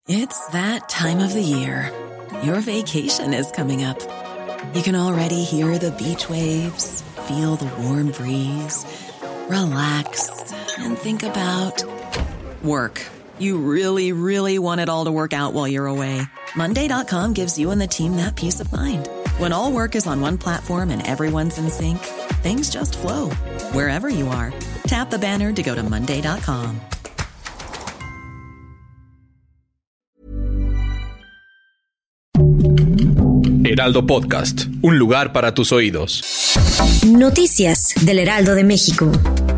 It's that time of the year. Your vacation is coming up. You can already hear the beach waves, feel the warm breeze, relax, and think about work. You really, really want it all to work out while you're away. Monday.com gives you and the team that peace of mind. When all work is on one platform and everyone's in sync, things just flow. Wherever you are, tap the banner to go to Monday.com. Heraldo Podcast, un lugar para tus oídos. Noticias del Heraldo de México.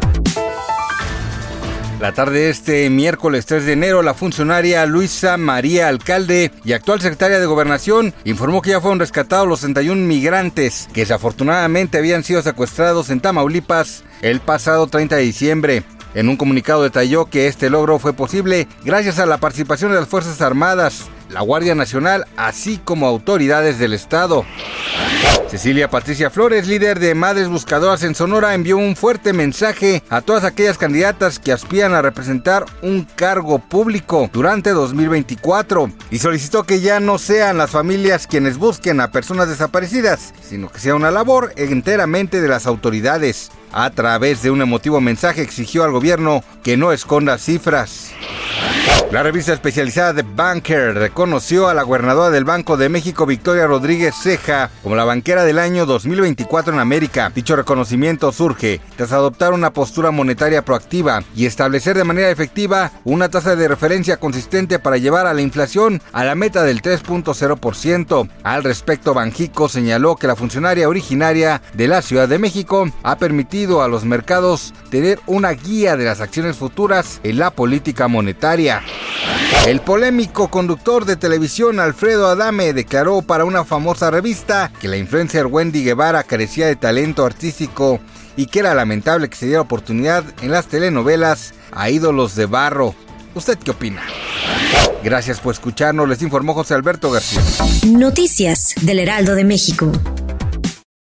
La tarde de este miércoles 3 de enero, la funcionaria Luisa María Alcalde y actual secretaria de Gobernación informó que ya fueron rescatados los 61 migrantes que desafortunadamente habían sido secuestrados en Tamaulipas el pasado 30 de diciembre. En un comunicado detalló que este logro fue posible gracias a la participación de las Fuerzas Armadas, la Guardia Nacional, así como autoridades del Estado. Cecilia Patricia Flores, líder de Madres Buscadoras en Sonora, envió un fuerte mensaje a todas aquellas candidatas que aspiran a representar un cargo público durante 2024 y solicitó que ya no sean las familias quienes busquen a personas desaparecidas, sino que sea una labor enteramente de las autoridades. A través de un emotivo mensaje exigió al gobierno que no esconda cifras. La revista especializada The Banker reconoció a la gobernadora del Banco de México, Victoria Rodríguez Ceja, como la banquera del año 2024 en América. Dicho reconocimiento surge tras adoptar una postura monetaria proactiva y establecer de manera efectiva una tasa de referencia consistente para llevar a la inflación a la meta del 3.0%. Al respecto, Banjico señaló que la funcionaria originaria de la Ciudad de México ha permitido a los mercados tener una guía de las acciones futuras en la política monetaria. El polémico conductor de televisión Alfredo Adame declaró para una famosa revista que la influencer Wendy Guevara carecía de talento artístico y que era lamentable que se diera oportunidad en las telenovelas a ídolos de barro. ¿Usted qué opina? Gracias por escucharnos, les informó José Alberto García. Noticias del Heraldo de México.